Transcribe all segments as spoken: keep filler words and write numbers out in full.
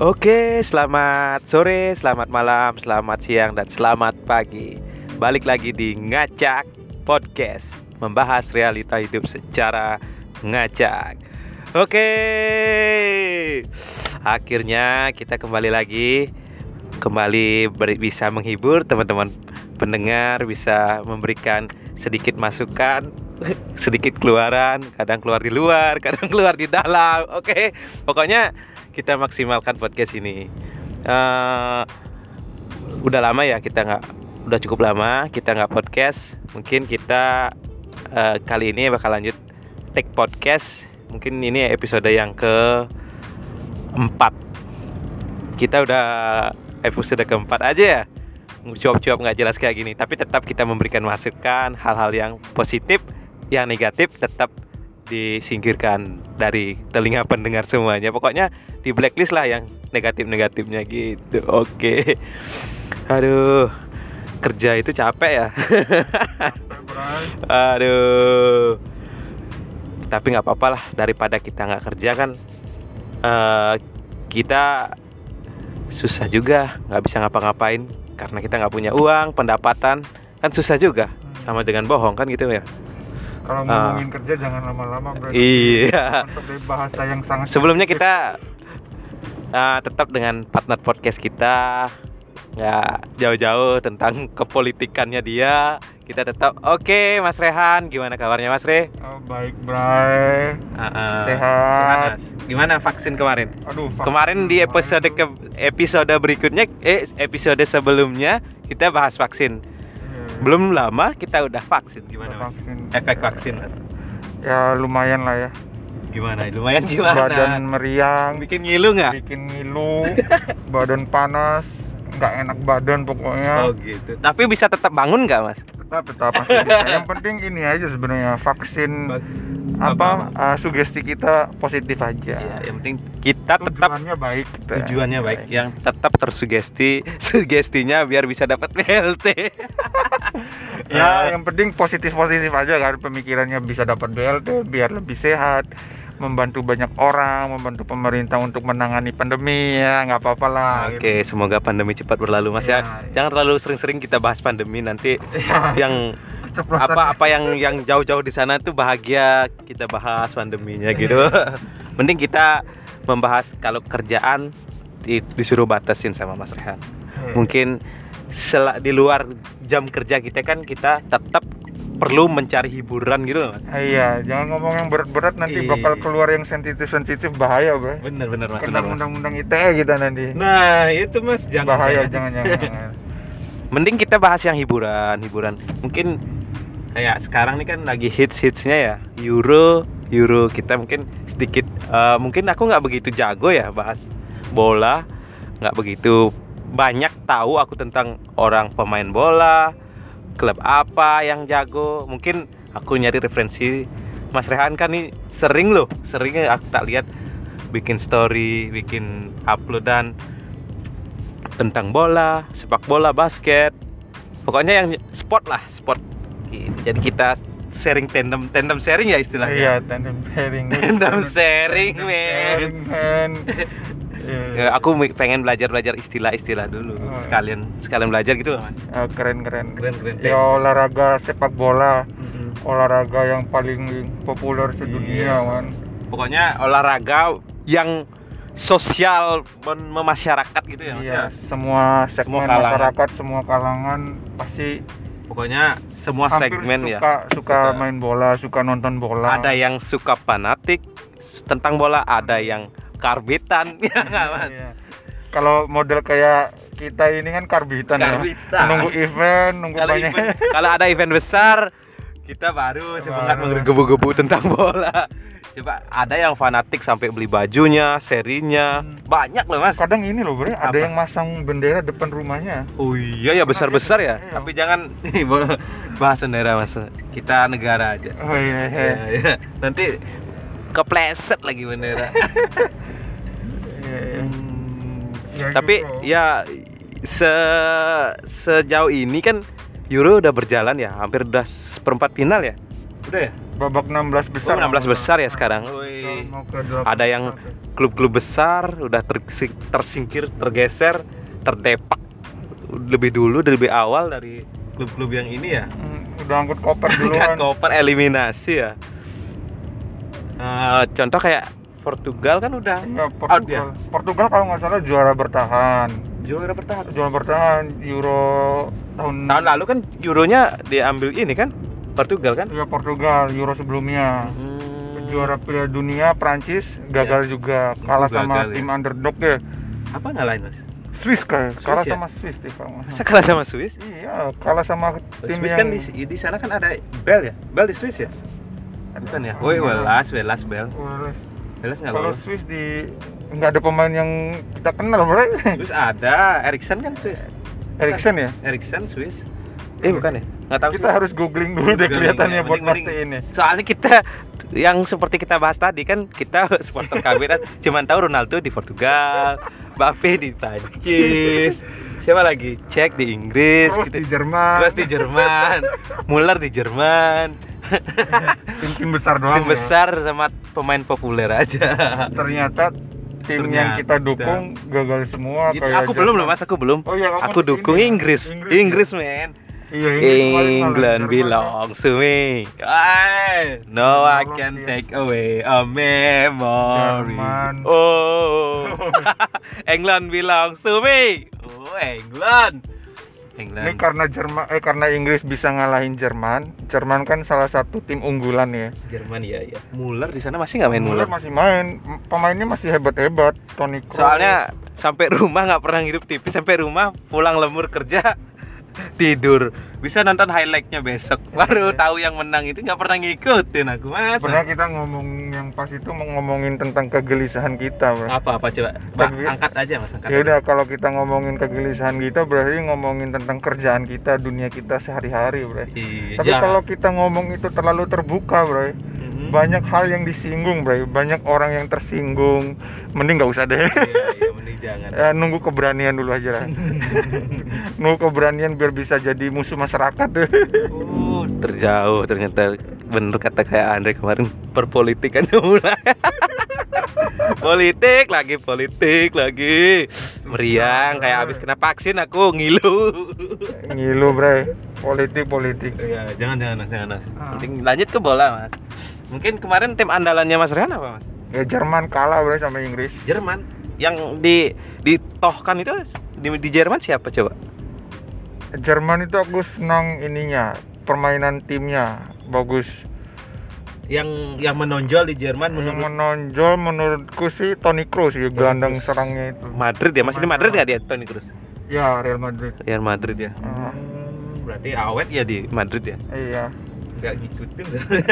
Oke, selamat sore, selamat malam, selamat siang, dan selamat pagi. Balik lagi di Ngacak Podcast, membahas realita hidup secara ngacak. Oke, akhirnya kita kembali lagi, kembali ber- bisa menghibur teman-teman pendengar, bisa memberikan sedikit masukan, sedikit keluaran, kadang keluar di luar, kadang keluar di dalam. Oke, pokoknya kita maksimalkan podcast ini. Uh, udah lama ya kita nggak, udah cukup lama kita nggak podcast. Mungkin kita uh, kali ini bakal lanjut take podcast. Mungkin ini episode yang ke empat. Kita udah episode keempat aja ya, cuap-cuap nggak jelas kayak gini. Tapi tetap kita memberikan masukan, hal-hal yang positif, yang negatif tetap disingkirkan dari telinga pendengar semuanya. Pokoknya di blacklist lah yang negatif-negatifnya gitu. Oke. Aduh, kerja itu capek ya. Aduh. Tapi nggak apa-apa lah, daripada kita nggak kerja kan, uh, kita susah juga, nggak bisa ngapa-ngapain karena kita nggak punya uang, pendapatan kan susah juga. Sama dengan bohong kan gitu ya. Kalau ngomongin uh, kerja jangan lama-lama bro. Iya. Untuk bahasa yang sangat. Sebelumnya kita uh, tetap dengan partner podcast kita, nggak jauh-jauh tentang kepolitikannya dia. Kita tetap oke, okay, Mas Rehan, gimana kabarnya Mas Re? Oh, baik Bray. Uh, uh, Sehat. Sehat Mas. Gimana vaksin kemarin? Aduh. Vaksin kemarin di episode ke episode berikutnya, eh episode sebelumnya kita bahas vaksin. Belum lama kita udah vaksin. Gimana Mas? Vaksin. Efek vaksin Mas? Ya lumayan lah ya. Gimana? Lumayan gimana? Badan meriang. Bikin ngilu nggak? Bikin ngilu. Badan panas. Nggak enak badan pokoknya. Oh gitu. Tapi bisa tetap bangun nggak Mas? Tetap tetap pasti bisa. Yang penting ini aja sebenarnya, vaksin apa, apa uh, sugesti kita positif aja. Ya, yang penting kita tetap tujuannya baik. Kita. Tujuannya baik. baik. Yang tetap tersugesti, sugestinya biar bisa dapat B L T. Ya, yang penting positif-positif aja kan, pemikirannya bisa dapat B L T biar lebih sehat, membantu banyak orang, membantu pemerintah untuk menangani pandemi, ya nggak apa-apa lah. Oke, gitu. Semoga pandemi cepat berlalu Mas ya. ya. Jangan terlalu sering-sering kita bahas pandemi, nanti ya. yang apa apa yang yang jauh-jauh di sana tuh bahagia kita bahas pandeminya gitu. Mending kita membahas kalau kerjaan di, disuruh batasin sama Mas Rehan. Mungkin sel, di luar jam kerja kita kan kita tetap perlu mencari hiburan gitu loh Mas. Iya, jangan ngomong yang berat-berat nanti Iyi. bakal keluar yang sensitif-sensitif, bahaya bro. Bener-bener Mas. Kena undang-undang I T E kita nanti. Nah itu Mas, jangan bahaya, jangan-jangan. Mending kita bahas yang hiburan, hiburan. Mungkin kayak sekarang nih kan lagi hits-hitsnya ya, Euro, Euro kita mungkin sedikit, uh, mungkin aku nggak begitu jago ya bahas bola, nggak begitu banyak tahu aku tentang orang pemain bola, klub apa yang jago. Mungkin aku nyari referensi. Mas Rehan kan nih sering loh, seringnya aku tak lihat bikin story, bikin uploadan tentang bola, sepak bola, basket, pokoknya yang sport lah, sport. Jadi kita sharing tandem, tandem sharing ya istilahnya. Iya, tandem sharing. Tandem sharing, men. Ya, aku pengen belajar-belajar istilah-istilah dulu, oh, sekalian sekalian belajar gitu Mas. Oh, keren keren. Keren keren. Ya olahraga sepak bola, mm-hmm. olahraga yang paling populer sedunia, man. Pokoknya olahraga yang sosial memasyarakat gitu ya Mas. Iya, semua segmen semua masyarakat, semua kalangan pasti. Pokoknya semua segmen suka, ya suka, suka main bola, suka nonton bola. Ada yang suka fanatik tentang bola, ada yang karbitan, ya nggak Mas? Iya. Kalau model kayak kita ini kan karbitan, karbitan. Ya. Nunggu event, nunggu kalau banyak. Event, kalau ada event besar, kita baru semangat menggebu-gebu tentang bola. Coba ada yang fanatik sampai beli bajunya, serinya, hmm. banyak loh Mas. Kadang ini loh bro, ada yang masang bendera depan rumahnya. Oh iya ya, besar-besar ya. Iya. Tapi jangan bahas bendera Mas. Kita negara aja. Oh iya. iya. Ya, ya. Nanti kepleset lagi bendera. hmm. ya, Tapi gitu. ya se sejauh ini kan Euro udah berjalan ya, hampir udah seperempat final ya. Udah ya? babak enam belas besar. Oh, enam belas besar ya sekarang. Wih. Ada yang klub-klub besar udah tersi- tersingkir, tergeser, terdepak lebih dulu, lebih awal dari klub-klub yang ini ya. Hmm, udah angkut koper Angkat duluan. koper eliminasi ya. Uh, contoh kayak Portugal kan udah Ya, out ya. Portugal. Portugal kalau nggak salah juara bertahan. Juara bertahan. Juara bertahan Euro tahun Tahun lalu kan Euronya diambil ini kan Portugal kan? ya Portugal Euro sebelumnya. Hmm. Juara Piala Dunia Prancis gagal juga, kalah Gagal sama ya. tim underdog deh. Apa ngalahin Mas? Swiss kayak Swiss kalah ya? sama Swiss deh kalau nggak Masa salah. kalah sama Swiss? Iya, kalah sama tim Swiss yang kan di, di sana kan ada Bel ya? Bel di Swiss ya? Bukan ya? Woi, Welas, Welas Bel. Wales. Welas nggak Kalau lolos. Swiss di nggak ada pemain yang kita kenal, bro. Swiss ada, Erikson kan Swiss. Erikson ya? Erikson Swiss. Eh bukan ya? Nggak tahu Kita sih. harus googling dulu deh Googling kelihatannya ya, buat mending- pastiin ya. Soalnya kita yang seperti kita bahas tadi kan kita supporter K B kan cuman tahu Ronaldo di Portugal, Mbappe di Prancis, siapa lagi? Cek di Inggris, Terus gitu. di Jerman. Terus di Jerman, Muller di Jerman, Tim-tim besar doang. tim ya. besar sama pemain populer aja. Ternyata tim yang kita Ternyata. dukung gagal semua Gitu. kayak Aku belum loh Jerman. Mas, aku belum. Oh iya, kamu Aku dukung ini ya? Inggris, Inggris, Inggris, ya? men. Iya, Inggris kemarin malah England Jerman. belongs to me. I no I Lolos can dia. take away a memory. Jerman. Oh, England belongs to me. Oh, England. Ini England. karena Jerman eh karena Inggris bisa ngalahin Jerman. Jerman kan salah satu tim unggulan ya. Jerman ya ya. Muller di sana masih nggak main Muller? Muller masih main, M- pemainnya masih hebat-hebat. Toni Kroos. Soalnya sampai rumah nggak pernah ngirup T V, sampai rumah pulang lembur kerja tidur, bisa nonton highlightnya besok baru tahu yang menang itu, nggak pernah ngikutin aku Mas. sebenarnya kita ngomong yang pas itu mau ngomongin tentang kegelisahan kita, bro. Apa apa coba Ba- Tapi- angkat aja Mas, angkat. Ya aja. udah, kalau kita ngomongin kegelisahan kita berarti ngomongin tentang kerjaan kita, dunia kita sehari-hari, bro. Iya, Tapi jangan. kalau kita ngomong itu terlalu terbuka, bro, Mhm. banyak hal yang disinggung, bro. Banyak orang yang tersinggung. Mending nggak usah deh. Iya, iya, mending jangan. Ya, nunggu keberanian dulu aja lah. Nunggu keberanian biar bisa jadi musuh masyarakat deh. Uh, terjauh ternyata, bener kata kayak Andre kemarin, perpolitikan mulai. Politik lagi, politik lagi. Meriang kayak habis kena vaksin aku ngilu. Ngilu, bro. Politik, politik. Ya, jangan jangan Mas, jangan Mas. Penting lanjut ke bola Mas. Mungkin kemarin tim andalannya Mas Rehan apa Mas? Ya Jerman kalah, bro, sama Inggris. Jerman. Yang di ditohkan itu di, di Jerman siapa coba? Jerman itu aku senang ininya, permainan timnya bagus. Yang yang menonjol di Jerman Yang menurut menonjol menurutku sih Toni Kroos ya, gelandang serangnya itu. Madrid ya, masih di Madrid nggak dia Toni Kroos? Ya, Real Madrid. Real Madrid ya. Ah, Berarti awet ya di Madrid ya. iya. Nggak ngikutin.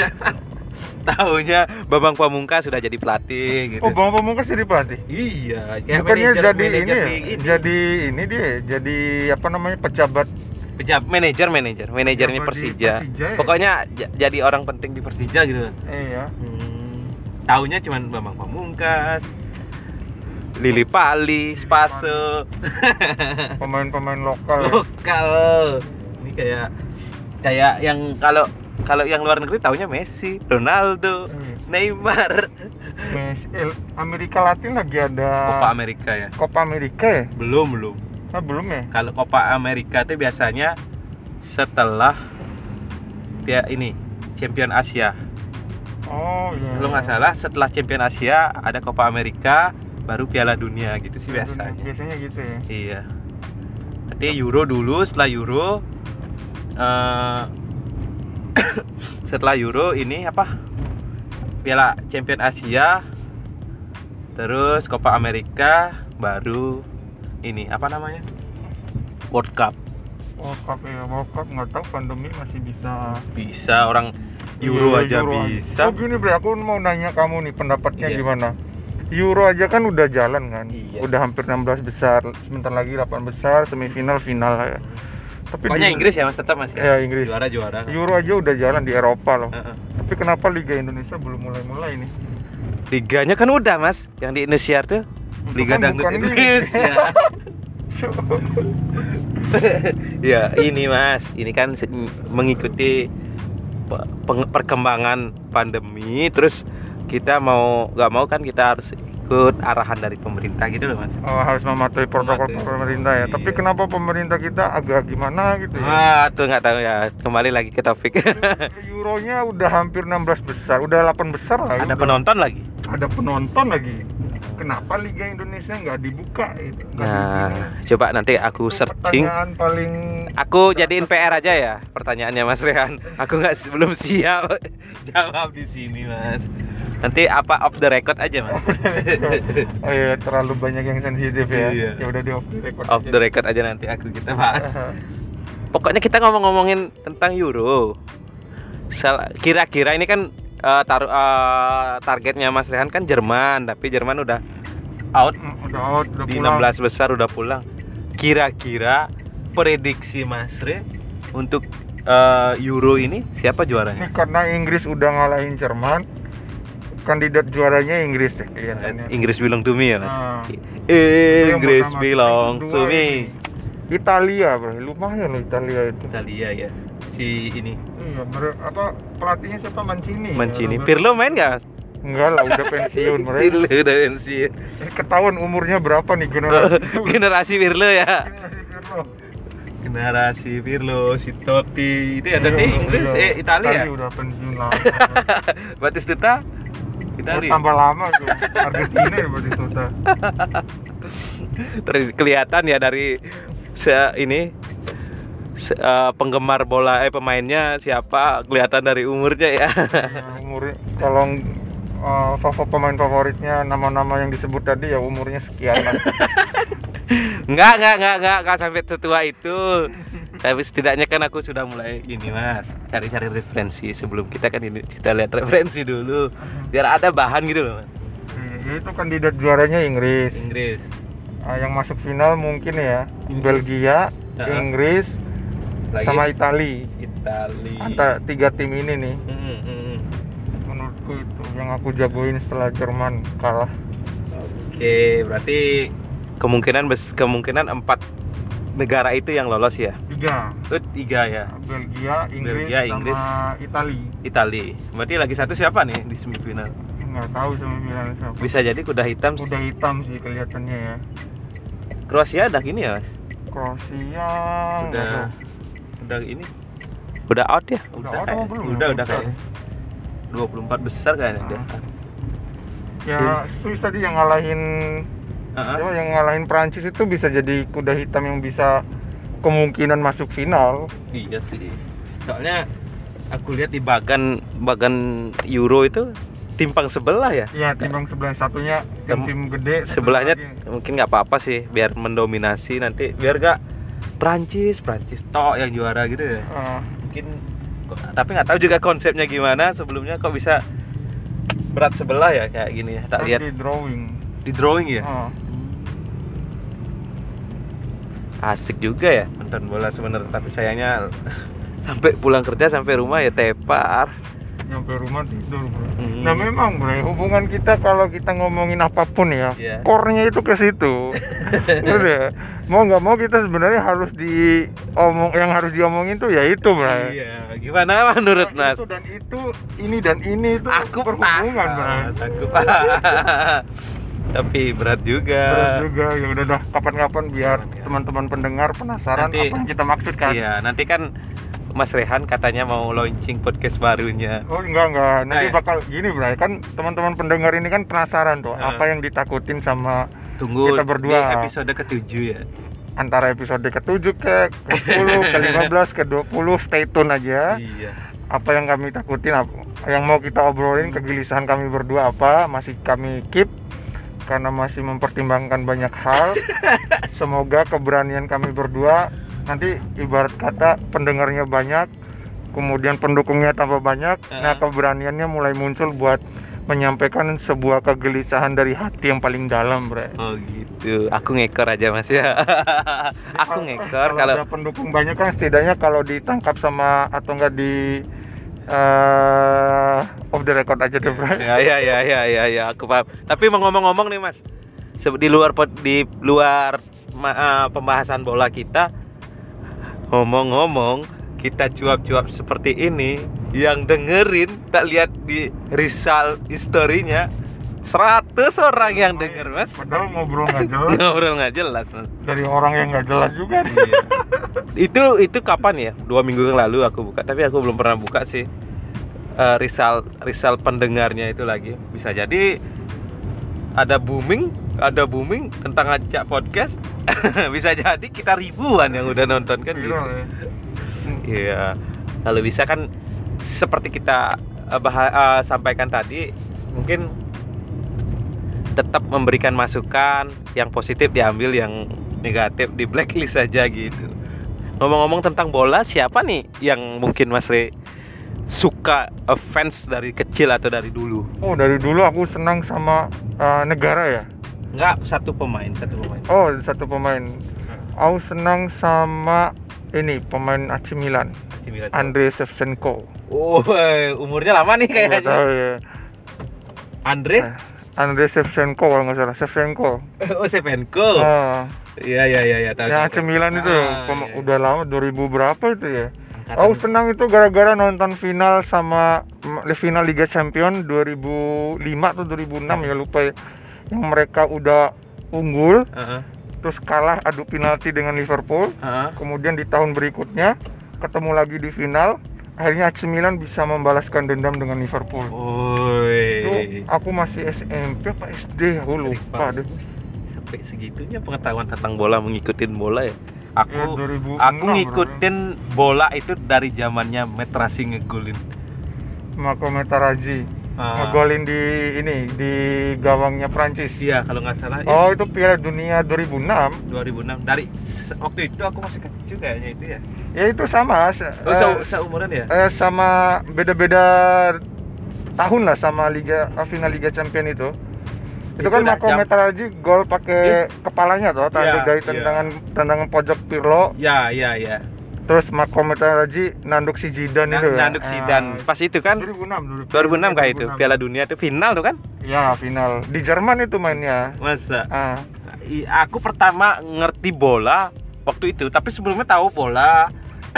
Tahunya Bambang Pamungkas sudah jadi pelatih gitu. Oh, Bang Pamungkas jadi pelatih. Iya, kayak Bukannya manajer- jadi ini manajer ya? di ini. Jadi ini dia, jadi apa namanya, pejabat. Pejab manajer manajer manajernya Pejabat di Persija. Persija ya? Pokoknya j- jadi orang penting di Persija gitu. Iya. Hmm. Tahunya cuman Bambang Pamungkas, Lili Pali, Spase, Pemain-pemain lokal. Ya. lokal. Ini kayak kayak yang kalau kalau yang luar negeri tahunya Messi, Ronaldo, Hmm. Neymar. Messi, eh, Amerika Latin lagi ada Copa Amerika ya. Copa America ya? Belum belum. Ah, belum ya? Kalau Copa Amerika itu biasanya setelah dia ini Champion Asia. Oh iya. Kalau nggak salah setelah Champion Asia ada Copa Amerika, baru Piala Dunia gitu sih biasanya. Biasanya gitu ya. Iya. Berarti Euro dulu, setelah Euro eh, setelah Euro ini apa? Piala Champion Asia, terus Copa Amerika, baru ini apa namanya? World Cup. World Cup ya, World Cup nggak tahu pandemi masih bisa. Bisa orang Euro Iya, aja Euro bisa. Oh gini bre, aku mau nanya kamu nih pendapatnya Iya. gimana? Euro aja kan udah jalan kan, Iya. udah hampir enam belas besar, sebentar lagi delapan besar, semifinal, final ya. Tapi Pokoknya di- Inggris ya Mas, tetap Mas Ya, Inggris. Juara-juara. Euro aja udah jalan di Eropa loh. Heeh. Tapi kenapa Liga Indonesia belum mulai-mulai nih? Liganya kan udah Mas, yang di Indonesia tuh Itu Liga kan Dangdut bukan Indonesia. Ya ini Mas, ini kan se- mengikuti pe- peng- perkembangan pandemi, terus kita mau nggak mau kan kita harus ikut arahan dari pemerintah gitu loh mas. Oh, harus mematuhi protokol Mematuhi. pemerintah ya. Iya. Tapi kenapa pemerintah kita agak gimana gitu ya? Ah tuh nggak tahu ya, kembali lagi ke topik. Euronya udah hampir enam belas besar, udah delapan besar lah. Ada udah. penonton lagi. Ada penonton lagi. Kenapa Liga Indonesia nggak dibuka? Gitu? Nggak Nah, diizinin? coba nanti aku Itu searching. pertanyaan paling Aku jadiin P R aja ya pertanyaannya Mas Rehan. Aku nggak belum siap jawab di sini Mas. Nanti apa off the record aja Mas. oh iya, terlalu banyak yang sensitif ya. Iya. Ya udah di off the record. Off aja. the record aja nanti aku kita bahas. Pokoknya kita ngomong-ngomongin tentang Euro. Sel- Kira-kira ini kan eh, taruh eh, targetnya Mas Rehan kan Jerman, tapi Jerman udah out Hmm, udah out, udah di pulang. enam belas besar udah pulang. Kira-kira prediksi Mas Re untuk eh, Euro ini siapa Ini juaranya? karena Inggris udah ngalahin Jerman, kandidat juaranya Inggris deh kelihatannya. Inggris belong to me ya Mas. Ah. Itu yang Inggris pertama. belong Yang to kedua me. ini, Italia, bro. Lumayan loh Italia itu. Italia ya. Si ini Iya, mere- apa pelatihnya siapa? Mancini. Mancini. Ya, Pirlo main nggak Mas? Enggak lah, udah pensiun mereka. Pirlo udah pensiun. Ketahuan umurnya berapa nih generasi. Generasi Pirlo ya. Generasi Pirlo. Generasi Pirlo, si Totti itu ya tadi Iya, Inggris iya. eh Italia. Italia udah pensiun lama. Batistuta Oh, Italia. tambah lama tuh. Argentina ya Batistuta. Ter- kelihatan ya dari se ini se- eh, penggemar bola eh pemainnya siapa kelihatan dari umurnya ya. Ya, umur kalau uh, favo- pemain favoritnya nama-nama yang disebut tadi ya umurnya sekian lah. Enggak, enggak, enggak, enggak, enggak sampai setua itu. Tapi setidaknya kan aku sudah mulai ini Mas, cari-cari referensi sebelum kita kan ini kita lihat referensi dulu biar ada bahan gitu loh Mas. Ya, itu kandidat juaranya Inggris. Inggris. Ah, yang masuk final mungkin ya Belgia, Heeh. Inggris, Lagi? sama Itali. Italia. Antara tiga tim ini nih, Hmm, hmm, hmm. menurutku itu yang aku jagoin setelah Jerman kalah. Oke, berarti kemungkinan bes kemungkinan empat negara itu yang lolos ya. Tiga, Oh, tiga ya. Belgia, Inggris, Belgia, Inggris. sama Itali. Italia. Berarti lagi satu siapa nih di semifinal? Nggak tahu semifinal siapa. Bisa jadi kuda hitam. Udah hitam sih kelihatannya ya. Kroasia ada gini ya, Mas? Kroasia nggak Udah tahu. udah ini. Udah out ya? Udah out kayak- apa belum? Udah, udah Udah. kayak dua puluh empat besar kayaknya dia. Ya Swiss tadi yang ngalahin Heeh. siapa yang ngalahin Prancis itu bisa jadi kuda hitam yang bisa kemungkinan masuk final. Iya sih. Soalnya aku lihat di bagan bagan Euro itu timpang sebelah ya. Ya timbang sebelah satunya Tem- tim-tim gede. satu Sebelahnya lagi. mungkin nggak apa-apa sih, biar mendominasi nanti, biar gak Prancis Prancis tok yang juara gitu ya. Ah, Mungkin kok- tapi nggak tahu juga konsepnya gimana sebelumnya kok bisa berat sebelah ya kayak gini ya. Tak terus lihat di drawing. di drawing ya. Ah, Asik juga ya nonton bola sebenarnya, tapi sayangnya sampai pulang kerja sampai rumah ya tepar. nyampe rumah tidur bro. Hmm. Nah memang bro, hubungan kita kalau kita ngomongin apapun ya, Iya. core-nya itu ke situ. Udah, mau nggak mau kita sebenarnya harus diomong, yang harus diomongin tuh ya itu bro. Iya, gimana menurut Nah, Mas? itu dan itu, ini dan ini itu Aku berhubungan bro. paham, aku paham. Tapi berat juga. Berat juga ya udah dah, kapan-kapan biar Ya. teman-teman pendengar penasaran Nanti- apa yang kita maksudkan. Iya, nanti kan Mas Rehan katanya mau launching podcast barunya. Oh enggak enggak, nanti Eh. bakal gini bro, kan teman-teman pendengar ini kan penasaran tuh Eh. apa yang ditakutin sama Tunggu Kita berdua. di episode ketujuh ya. antara episode ketujuh ke ke sepuluh, ke lima belas, ke dua puluh, stay tune aja. Iya. Apa yang kami takutin, apa yang mau kita obrolin, kegelisahan kami berdua apa, masih kami keep karena masih mempertimbangkan banyak hal. Semoga keberanian kami berdua nanti ibarat kata pendengarnya banyak, kemudian pendukungnya tambah banyak. Nah, keberaniannya mulai muncul buat menyampaikan sebuah kegelisahan dari hati yang paling dalam, Bre. Oh gitu. Aku ngekor aja Mas ya. Aku ngekor kalau ada pendukung banyak kan setidaknya kalau ditangkap sama atau enggak di uh, off the record aja deh, Bre. ya ya ya ya ya ya aku paham. Tapi mau ngomong-ngomong nih Mas, se- di luar pod- di luar ma- eh, pembahasan bola kita, ngomong-ngomong kita cuap-cuap seperti ini, yang dengerin tak lihat di Rizal historinya seratus orang yang denger, Mas. Padahal ngobrol nggak jelas. Ngobrol nggak jelas, Mas. Dari orang yang nggak jelas juga. Iya. itu itu kapan ya? Dua minggu yang lalu aku buka, tapi aku belum pernah buka sih. Uh, Rizal Rizal pendengarnya itu lagi. Bisa jadi ada booming, ada booming tentang ngajak podcast. Bisa jadi kita ribuan yang udah nonton kan gitu. Iya. Kalau bisa kan seperti kita uh, bah- uh, sampaikan tadi, mungkin tetap memberikan masukan, yang positif diambil, yang negatif di blacklist saja gitu. Ngomong-ngomong tentang bola, siapa nih yang mungkin Mas Re suka, uh, fans dari kecil atau dari dulu? Oh, dari dulu aku senang sama uh, negara ya. Enggak, satu pemain, satu pemain. Oh, satu pemain. Aku senang sama ini pemain A C Milan, A C Milan. Andrei Shevchenko. Oh, eh, umurnya lama nih Nggak kayaknya. tahu ya. Andre? Eh, Andrei Shevchenko kalau nggak salah, Shevchenko. Oh, Shevchenko. Ah, Iya, iya, iya, iya, tahu. yang A C Milan itu, Ah, pem- iya. udah lama dua ribu berapa itu ya. Angkatan- Aku senang itu gara-gara nonton final sama m- final Liga Champions dua ribu lima atau dua ribu enam ya, lupa ya. Yang mereka udah unggul, Heeh. terus kalah adu penalti dengan Liverpool. Heeh. Kemudian di tahun berikutnya ketemu lagi di final, akhirnya A C Milan bisa membalaskan dendam dengan Liverpool. Itu Woi. aku masih S M P apa S D, aku lupa deh. Sampai segitunya pengetahuan tentang bola, mengikutin bola ya. Aku Ya, dua ribu enam aku ngikutin bola itu dari zamannya Metrasi ngegolin. Marco Materazzi Ah. ngegolin di ini di gawangnya Prancis. Iya, kalau nggak salah. Oh, itu Piala Dunia dua ribu enam. dua ribu enam. Dari se- waktu itu aku masih kecil kayaknya itu ya. Ya itu sama. se- Oh, eh, se- seumuran ya? eh, sama beda-beda tahun lah sama Liga eh, final Liga Champions itu. Itu, Itu kan udah Marco jam- Materazzi gol pakai kepalanya toh, Iya, dari iya. tendangan tendangan pojok Pirlo. Ya, ya, ya. Terus Marco Materazzi nanduk si Zidane Nah, itu. ya. nanduk Zidane. Ah, Pas itu kan dua ribu enam dua ribu enam kayak itu Piala Dunia itu final tuh kan? Ya, final. Di Jerman itu mainnya. Masa? Ah. I- aku pertama ngerti bola waktu itu, tapi sebelumnya tahu bola.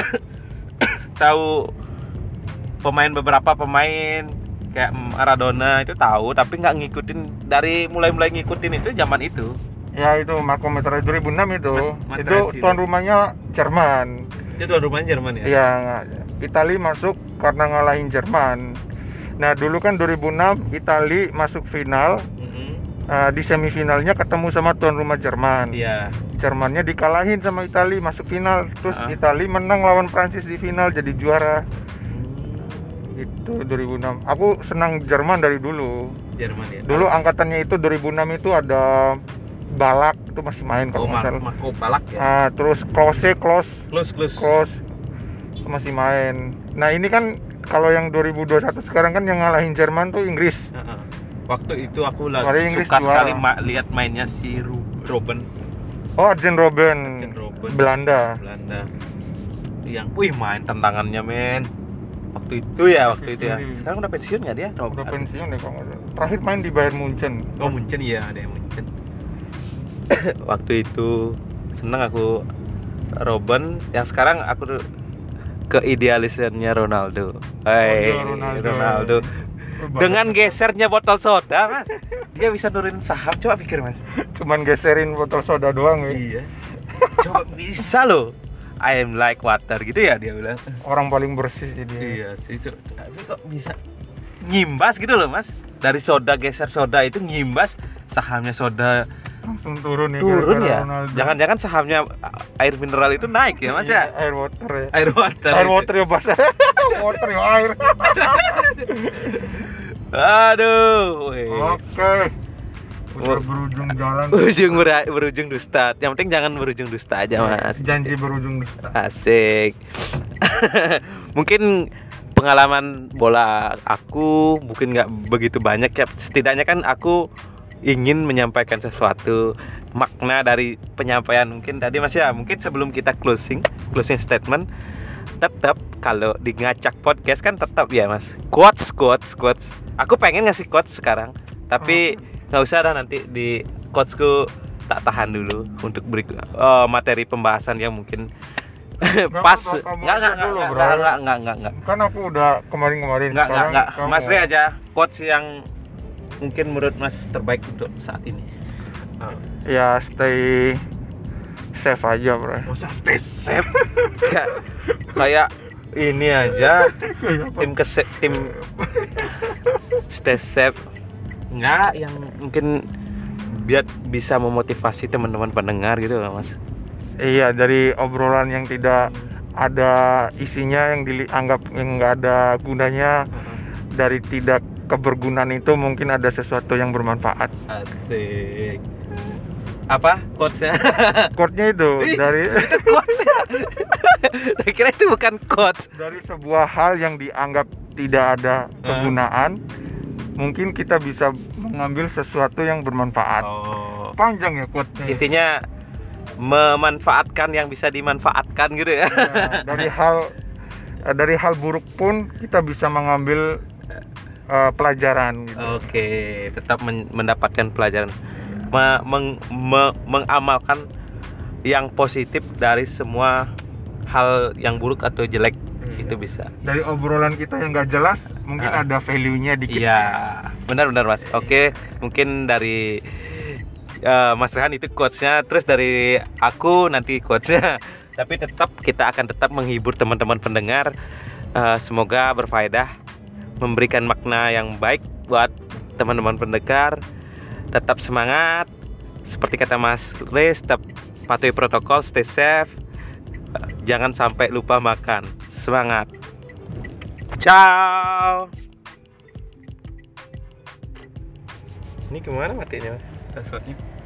Tahu pemain, beberapa pemain kayak Maradona itu tahu, tapi nggak ngikutin dari mulai-mulai ngikutin itu zaman itu. Ya itu Marco Materazzi dua ribu enam itu. Ma- itu Materazzi tuan itu. rumahnya Jerman. Itu tuan rumahnya Jerman ya? Iya, Itali masuk karena ngalahin Jerman. Nah, dulu kan dua ribu enam Itali masuk final. Mhm. Uh, di semifinalnya ketemu sama tuan rumah Jerman. Iya. Jermannya dikalahin sama Itali masuk final. Terus Ah. Itali menang lawan Prancis di final jadi juara. Itu dua ribu enam. Aku senang Jerman dari dulu. Jerman ya. Dulu angkatannya itu dua ribu enam itu ada Balak itu masih main Oh, kalau nggak Mar- salah. Marco Balak ya. Ah, terus Klose, Klose, Close, close. Klose itu masih main. Nah, ini kan kalau yang dua ribu dua puluh satu sekarang kan yang ngalahin Jerman tuh Inggris. Heeh. Waktu itu aku lagi Kemarin Inggris suka juara. sekali ma- lihat mainnya si Ru- Robben Oh, Arjen Robben. Arjen Robben. Belanda. Belanda. Yang, wih, main tendangannya men. Waktu itu ya, waktu itu ya. Hmm. Sekarang udah pensiun nggak dia? Rob- Udah pensiun deh kalau nggak salah. Terakhir main di Bayern Munchen. Oh, Munchen ya, ada yang Munchen. Waktu itu seneng aku Robben. Yang sekarang aku tuh ke idealisnya Ronaldo. Hey, Oh, iya, Ronaldo. Ronaldo. Dengan gesernya botol soda, Mas, dia bisa nurunin saham. Coba pikir, Mas. Cuman geserin botol soda doang ya. Iya. Coba bisa loh. I am like water gitu ya dia bilang. Orang paling bersih sih dia. Iya sih. so- Tapi kok bisa nyimbas gitu loh, Mas. Dari soda, geser soda itu nyimbas, sahamnya soda Langsung turun ya. turun gara-gara ya. Ronaldo. Jangan-jangan sahamnya uh, air mineral itu naik ya, Mas Iya, ya. air water ya. Air water. Air water ya bahasa. Water ya air. Aduh. weh. Oke. Udah Oh. berujung jalan. Ujung ber- berujung dusta. Yang penting jangan berujung dusta aja, Mas. Janji berujung dusta. Asik. Mungkin pengalaman bola aku mungkin nggak begitu banyak ya. Setidaknya kan aku ingin menyampaikan sesuatu makna dari penyampaian mungkin tadi, Mas ya. Mungkin sebelum kita closing closing statement, tetap kalau di Ngacak Podcast kan tetap ya, Mas, quotes quotes quotes. Aku pengen ngasih quotes sekarang, tapi nggak usah dah, nanti di quotesku tak tahan dulu untuk berikut eh, materi pembahasan yang mungkin Pas. apa-apa, kamu Nggak aja nggak dulu, nggak bro. nggak nggak nggak nggak nggak Kan aku udah kemarin-kemarin. nggak nggak sekarang nggak. kamu. Mas Re aja quotes yang mungkin menurut Mas terbaik untuk saat ini. Ya stay safe aja, bro. Masa stay safe? Kayak kayak ini aja tim kese tim stay safe. Nggak, yang mungkin biar bisa memotivasi teman-teman pendengar gitu loh, Mas. Iya, dari obrolan yang tidak ada isinya, yang dianggap yang nggak ada gunanya, dari tidak kebergunaan itu mungkin ada sesuatu yang bermanfaat. Asik. Apa quotes-nya? Quote-nya itu dari Itu quotes-nya. Saya kira itu bukan quotes. dari sebuah hal yang dianggap tidak ada kegunaan, mungkin kita bisa mengambil sesuatu yang bermanfaat. Oh. Panjang ya quote-nya. Intinya memanfaatkan yang bisa dimanfaatkan gitu ya. Ya, dari hal dari hal buruk pun kita bisa mengambil uh, pelajaran gitu. Oke, tetap men- mendapatkan pelajaran. Me- meng- me- mengamalkan yang positif dari semua hal yang buruk atau jelek. Iya. Itu bisa. Dari obrolan kita yang nggak jelas, mungkin Ah. ada value-nya dikit. Iya, benar-benar Mas. Oke, mungkin dari uh, Mas Rehan itu quotes-nya, terus dari aku nanti quotes-nya. Tapi tetap kita akan tetap menghibur teman-teman pendengar. Uh, semoga berfaedah, memberikan makna yang baik buat teman-teman pendengar. Tetap semangat, seperti kata Mas Re, tetap patuhi protokol, stay safe. Uh, jangan sampai lupa makan. Semangat. Ciao. Ini kemana matinya, Mas? Passwordnya?